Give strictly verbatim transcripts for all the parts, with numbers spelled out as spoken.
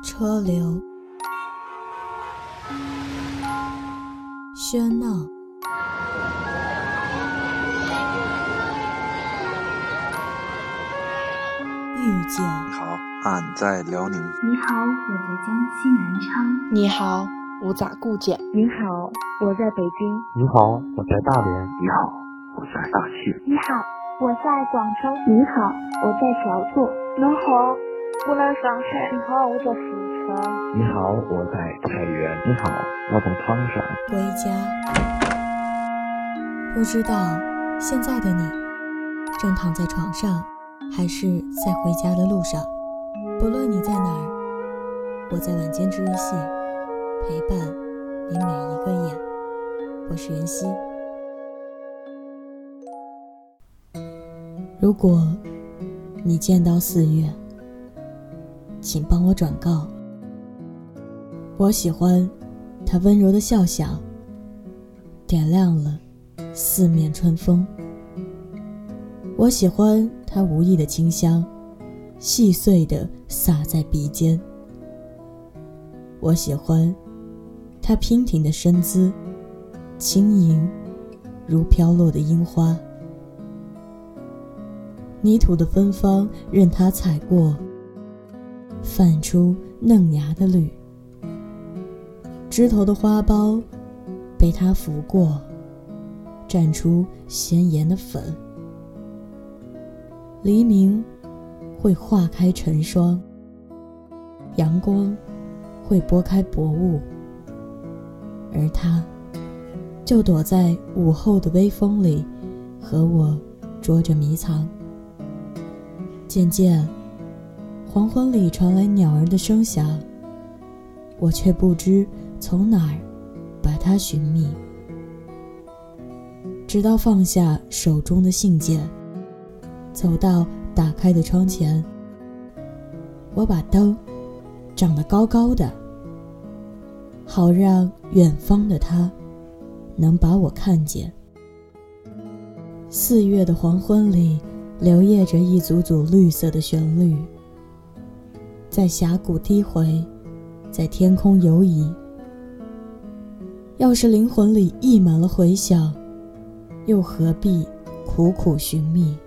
车流，喧闹，遇见。 你好，俺在辽宁。 你好，我在江西南昌。 你好，我在固检。 你好，我在北京。 你好，我在大连。 你好，我在大庆。 你好，我在广州。 你好，我在小作。 你好，我在上海。 你好，我在四川。 你好，我在太原。 你好，我在唐山。 回家。不知道现在的你正躺在床上，还是在回家的路上。不论你在哪儿，我在晚间治愈系陪伴你每一个夜。我是袁熙。如果你见到四月，请帮我转告。我喜欢他温柔的笑响，点亮了四面春风。我喜欢他无意的清香，细碎地洒在鼻尖。我喜欢他娉婷的身姿，轻盈如飘落的樱花。泥土的芬芳任他踩过，泛出嫩芽的绿。枝头的花苞被他拂过，绽出鲜艳的粉。黎明会化开尘霜，阳光会拨开薄雾，而他就躲在午后的微风里，和我捉着迷藏。渐渐，黄昏里传来鸟儿的声响，我却不知从哪儿把它寻觅，直到放下手中的信件，走到打开的窗前。我把灯长得高高的，好让远方的他能把我看见。四月的黄昏里流曳着一组组绿色的旋律，在峡谷低回，在天空游移。要是灵魂里溢满了回响，又何必苦苦寻觅？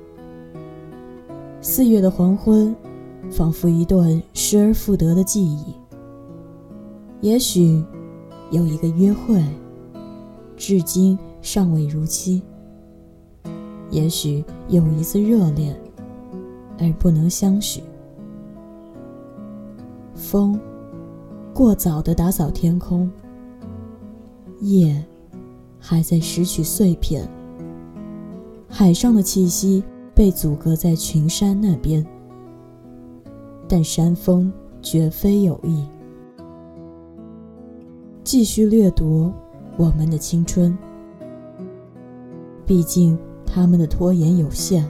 四月的黄昏仿佛一段失而复得的记忆。也许有一个约会至今尚未如期，也许有一次热恋而不能相许。风过早地打扫天空，夜还在拾取碎片，海上的气息被阻隔在群山那边，但山峰绝非有意，继续掠夺我们的青春。毕竟他们的拖延有限。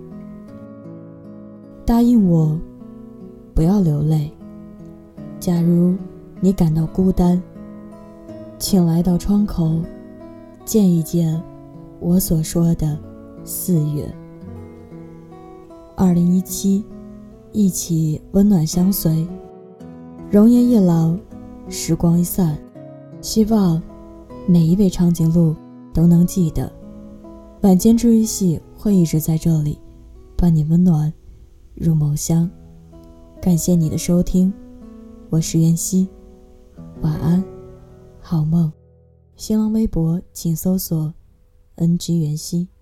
答应我，不要流泪。假如你感到孤单，请来到窗口，见一见我所说的四月。二零一七，一起温暖相随。容颜一老，时光一散。希望每一位长颈鹿都能记得，晚间治愈系会一直在这里，伴你温暖入梦乡。感谢你的收听，我是袁熙，晚安，好梦。新浪微博请搜索 N G 袁熙。